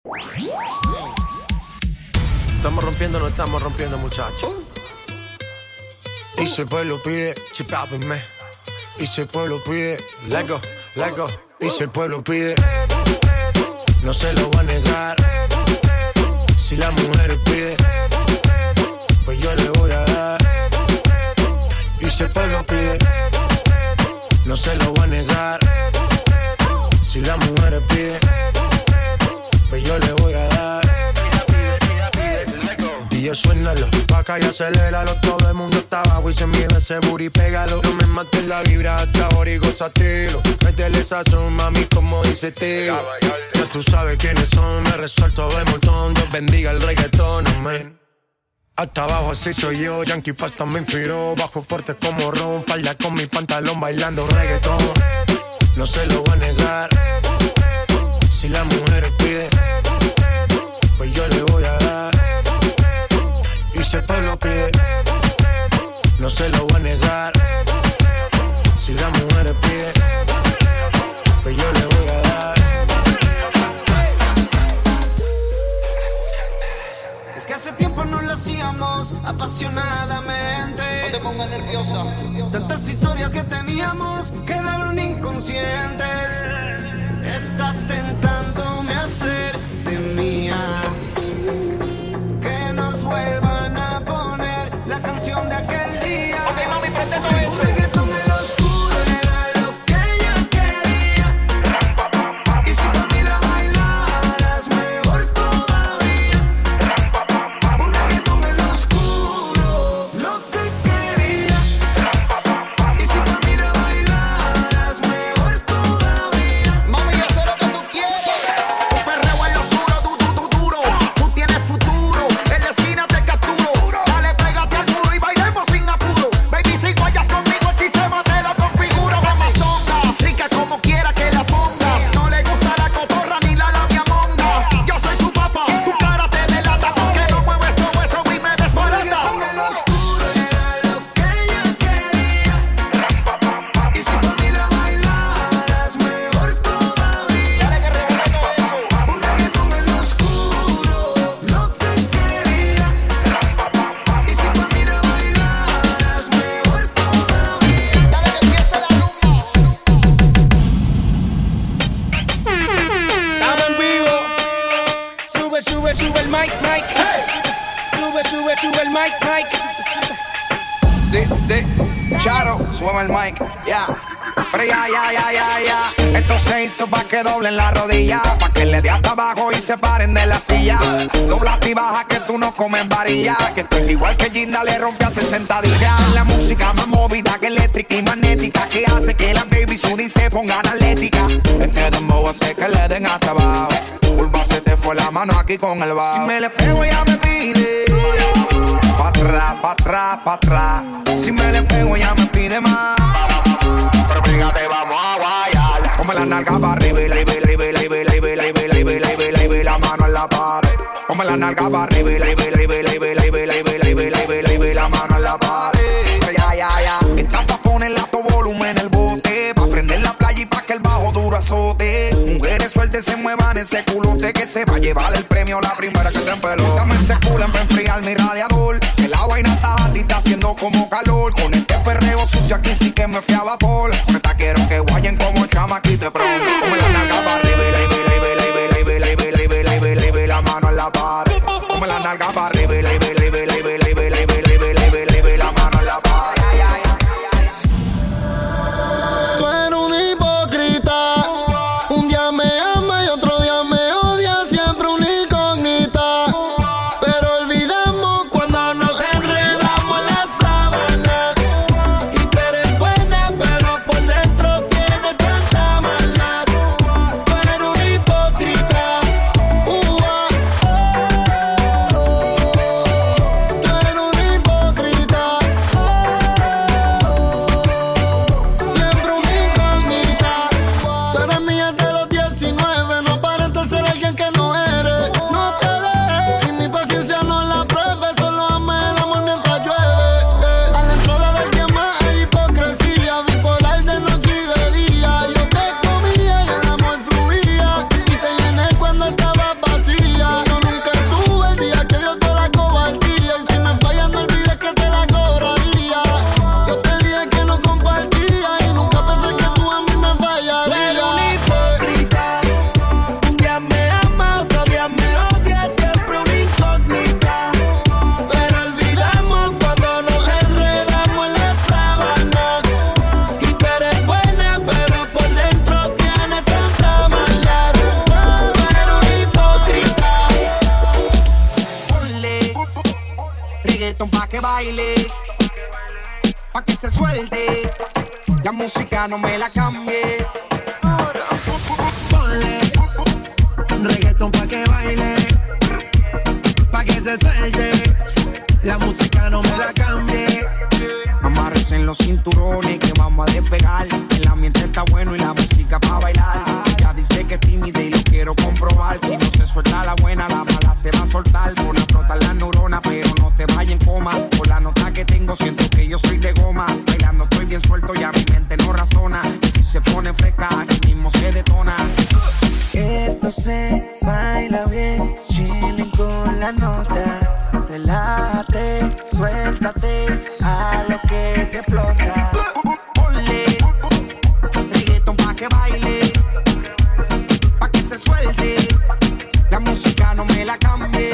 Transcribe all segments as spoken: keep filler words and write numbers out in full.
Estamos rompiendo, no estamos rompiendo, muchachos. Y si el pueblo pide, chipápenme. Y si el pueblo pide, let go, let go. Y si el pueblo pide, no se lo voy a negar. Si la mujer pide, pues yo le voy a dar. Y si el pueblo pide, no se lo voy a negar. Si la mujer pide, pues yo le voy a dar. Y yo suénalo, pa' acá y aceléralo. Todo el mundo está abajo y se mide ese booty, pégalo. No me mates la vibra hasta ahora y gozatelo. Métele sazón, mami, como dice tío. Ya tú sabes quiénes son, me resuelto de montón. Dios bendiga el reggaetón, amén. Hasta abajo así soy yo, Yankee Pasta me inspiró. Bajo fuerte como Ron, falda con mi pantalón bailando reggaetón. No se lo voy a negar. Si la mujer pide, pues yo le voy a dar. Y si el pueblo pide, no se lo voy a negar. Si la mujer pide, pues yo le voy a dar. Es que hace tiempo no lo hacíamos apasionadamente. No te pongas nerviosa. Tantas historias que teníamos quedaron inconscientes. Estás tentándome a hacerte mía. Que nos vuelvan a poner la canción de aquel día. Ok, mami, prende todo esto. Un reggaetón en lo oscuro era lo que ella quería. Y si pa' mí la bailaras, mejor todavía. Un reggaetón en lo oscuro, lo que quería. Y si pa' mí la bailaras, mejor todavía. Mami, yo sé lo que tú quieres. Un perreo en lo oscuro, du, du, du, duro. Tú tienes futuro, en la esquina te capturo. Dale, pégate al muro y bailemos sin apuro. Baby, si guayas conmigo, el sistema te lo configuro. Amazonga, rica como quiera que la pongas. No le gusta la cotorra ni la labia monga. Yo soy su papá, tu cara te delata. Porque no mueves todo eso y me desbaratas. En lo oscuro era lo que ella quería. Y si pa' mí la bailaras, mejor todavía. Dale que rebota todo eso. Un reggaetón en lo oscuro, lo que quería. Y si pa' mí la bailaras, mejor todavía. Dale que empiece la rumba. Estamos en vivo. Sube, sube, sube el mic, mic. Sube, sube, sube el mic, mic. Sí, sí, Charo, súbeme el mic, ya. Pero ya, ya, ya, ya, ya. Esto se hizo pa' que doblen la rodilla, pa' que le dé hasta abajo y se paren de la silla. Dobla y baja que tú no comes varilla, que tú eres igual que Ginda le rompe a sentadillas. La música más movida que eléctrica y magnética, que hace que las baby sudi se pongan atlética. Este dembow hace que le den hasta abajo. Curva, se te fue la mano aquí con el bajo. Si me le pego ya me pide pa' atrás, pa' atrás, pa' atrás. Si me le pego ya me pide más. Pero fíjate, vamos a guayar. Ponme la nalga para arriba, arriba, arriba, arriba, arriba, arriba, arriba, arriba, arriba, la mano en la pared. Ponme la nalga para arriba, arriba, arriba, arriba, arriba, arriba, arriba, arriba, arriba, la mano en la pared. Ya, ya, ya. Esta pa' ponerle a tu volumen en el bote, pa' prender la playa y pa' que el bajo duro azote. Mujeres sueltas se muevan ese culote, que se va a llevar el premio la primera que se empeló. Dame ese culo para enfriar mi radiador, que la vaina está a ti, está haciendo como calor. Con este perreo sucio aquí sí que me fui a vapor. Con esta quiero que guayen como chamaquito de pronto. Ponme la nalga para arriba, arriba, arriba, arriba, arriba, arriba, arriba, arriba, arriba, la mano en la pared. Ponme la nalga para arriba, arriba, arriba, arriba, arriba, arriba, arriba, arriba, arriba, la mano en la pared. Tú eres un hipócrita. Un día me ama y otro día me odia. Siempre una incógnita. Pero olvidamos cuando nos enredamos en las sábanas. Y tú eres buena, pero por dentro tienes tanta maldad. Tú eres un hipócrita. Uh, oh, oh, oh. reggaetón pa' que baile, pa' que se suelte. La música no me la cambie. Ponle reggaetón pa' que baile, pa' que se suelte. La música no me la cambie. Amarres en los cinturones que vamos a despegar. El ambiente está bueno y la música pa' bailar. Ya dice que es tímida y lo quiero comprobar. Si no se suelta la buena, la mala se va a soltar. Pon a flotar las neuronas, pero no te vayas en coma. Por la nota que tengo siento que yo soy de goma. Bailando estoy bien suelto, ya mi mente no razona. Y si se pone fresca, aquí mismo se detona. Esto se baila bien, chilling con la nota. Relájate, suéltate a lo que te explota. Ponle reggaetón pa' que baile, pa' que se suelte. La música no me la cambie.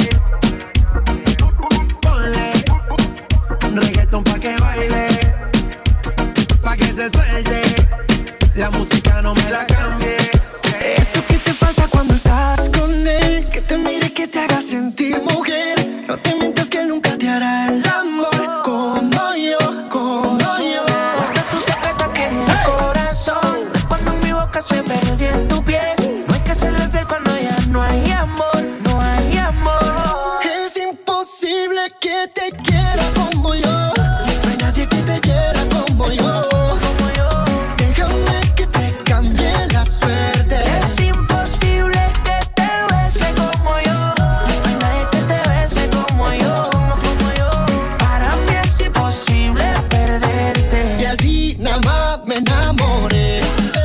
Ponle reggaetón pa' que baile, pa' que se suelte. La música no me la cambie. Eso que te falta cuando estás con él, que te mire, que te haga sentir mujer. No te mientas que nunca te hará el amor como yo, como yo. Guarda tu secreto aquí en el corazón. Cuando en mi boca se perdí en tu piel. No hay que serle fiel cuando ya no hay amor, no hay amor. Es imposible que te quiera como yo. No hay nadie que te quiera como yo. Déjame que te cambie la suerte. Es imposible que te bese como yo. No hay nadie que te bese como yo, como yo. Para mí es imposible perderte. Y así nada más me enamoré.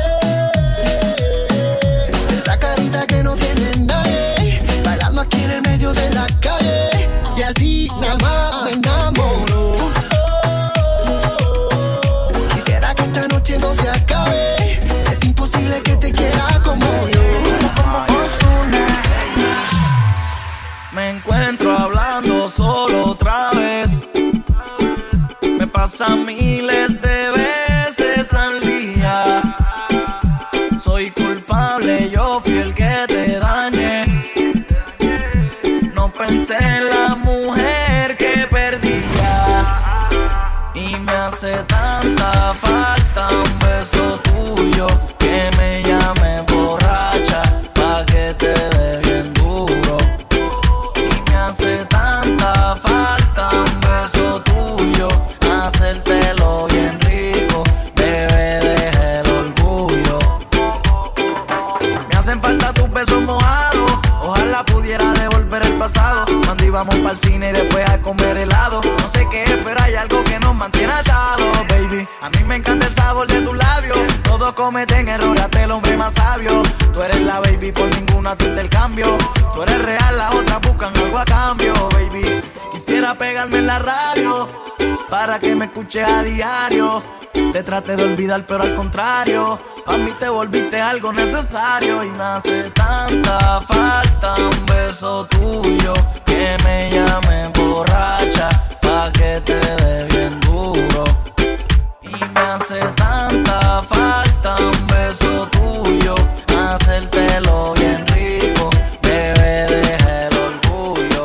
Esa carita que no tiene nadie, bailando aquí en el medio de la calle. Y así nada más me enamoro. Quisiera que esta noche no se acabe. Es imposible que te quiera como yo. Me encuentro hablando solo otra vez. Me pasa miles de veces al día. Soy culpable, yo fui el que te dañé. No pensé en la mujer que perdía. Y me hace tanta falta un beso tuyo, que me llame borracha pa' que te dé bien duro. Y me hace tanta falta un beso tuyo, hacértelo bien rico, bebé, deja el orgullo. Me hacen falta tus besos mojados, ojalá pudiera devolver el pasado. Cuando íbamos pa'l cine y después a comer helado. No sé qué es, pero hay algo que nos mantiene atados, baby. A mí me encanta el sabor de tus labios. Todos cometen errores, hasta el hombre más sabio. Tú eres la baby, por ninguna tú te el cambio. Tú eres real, las otras buscan algo a cambio, baby. Quisiera pegarme en la radio para que me escuches a diario. Te traté de olvidar, pero al contrario, pa' mí te volviste algo necesario. Y me hace tanta falta un beso tuyo, que me llame borracha pa' que te dé bien duro. Y me hace tanta falta un beso tuyo, hacértelo bien rico, bebé, deja el orgullo.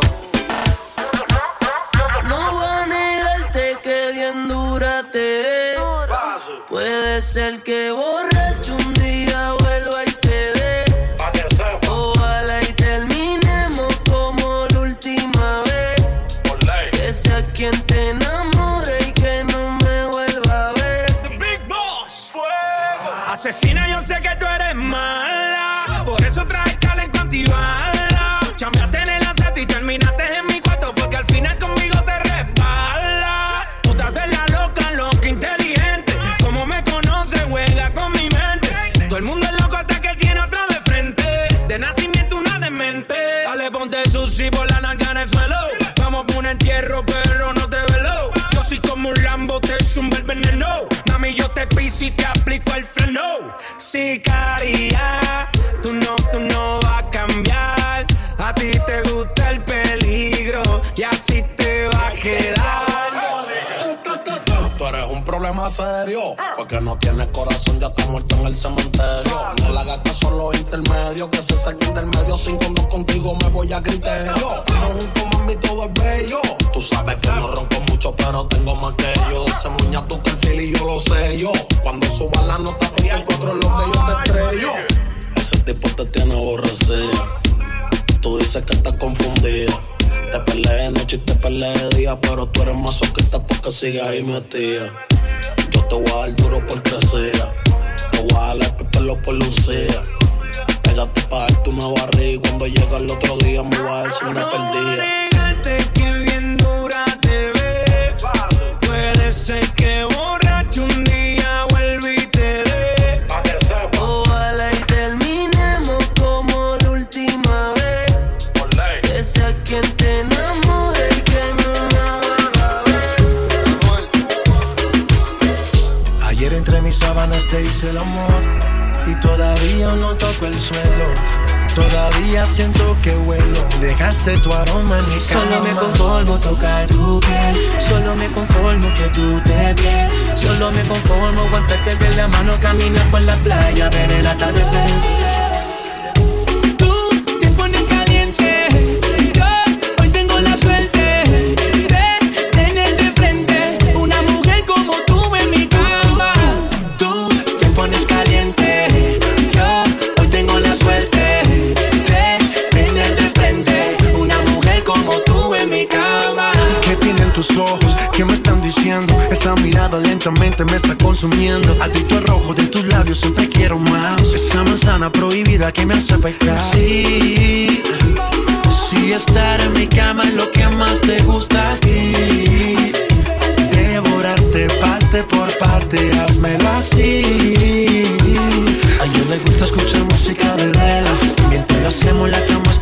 No voy a negarte que bien dura te ve. Puede ser que borracho un día vuelva y te dé. Ojalá y terminemos como la última vez. Que sea quien te enamore y que no me vuelva a ver. The Big Boss. Asesina, yo sé que tú eres mala, por eso traes talento antibala. Chambeaste en el aseto y terminaste en mi cuarto, porque al final conmigo te resbala. Tú te haces la loca, loca, inteligente. Como me conoces, juega con mi mente. Todo el mundo es loco hasta que tiene otro de frente. De nacimiento una demente. Dale, ponte sushi por la narga en el suelo. Vamos por un entierro, pero no te velo. Yo soy como un Lambo, te zumba el veneno. Mami, yo te piso y te aplico el freno. Sicaria, tú no, tú no vas a cambiar. A ti te gusta el peligro y así te va a quedar. Tú eres un problema serio, porque no tienes corazón, ya está muerto en el cementerio. No le hagas caso a los intermedios, que se saquen del medio. Sin cuando contigo me voy a criterio. Estamos juntos, mami, todo todo es bello. Tú sabes que no ronco mucho, pero tengo más que yo. De ese muña tu perfil y yo lo sé yo. Cuando suba la nota, porque el cuatro es lo que yo te estrello. Ese tipo te tiene aborrecida. Tú dices que estás confundida. Te peleé de noche y te peleé de día, pero tú eres masoquista porque sigues ahí metida. Yo te voy a dar duro por crecer. Te voy a dar el pelo por lucía. Pégate pa' darte una barriga y cuando llega el otro día me voy a decir una perdida. Negarte que bien dura te ve. Puede ser que borracho un día vuelva y te dé. Ojalá y terminemos como la última vez. Que sea quien te enamore y que no me vuelva a ver. Ayer entre mis sábanas te hice el amor y todavía no toco el suelo. Todavía siento que huelo. Dejaste tu aroma en mi cama. Solo me conformo tocar tu piel. Solo me conformo que tú te bien. Solo me conformo aguantarte de la mano, caminar por la playa, ver el atardecer. Tú te pones caliente. Yo hoy tengo la suerte de tener de frente una mujer como tú en mi cama. Tú te pones caliente. Yo hoy tengo la suerte tus ojos, ¿qué me están diciendo? Esa mirada lentamente me está consumiendo. Adicto al rojo de tus labios, siempre quiero más. Esa manzana prohibida que me hace pecar. Sí, sí, estar en mi cama es lo que más te gusta a ti. Devorarte parte por parte, házmelo así. A ella le gusta escuchar música de vela. Mientras lo hacemos la cama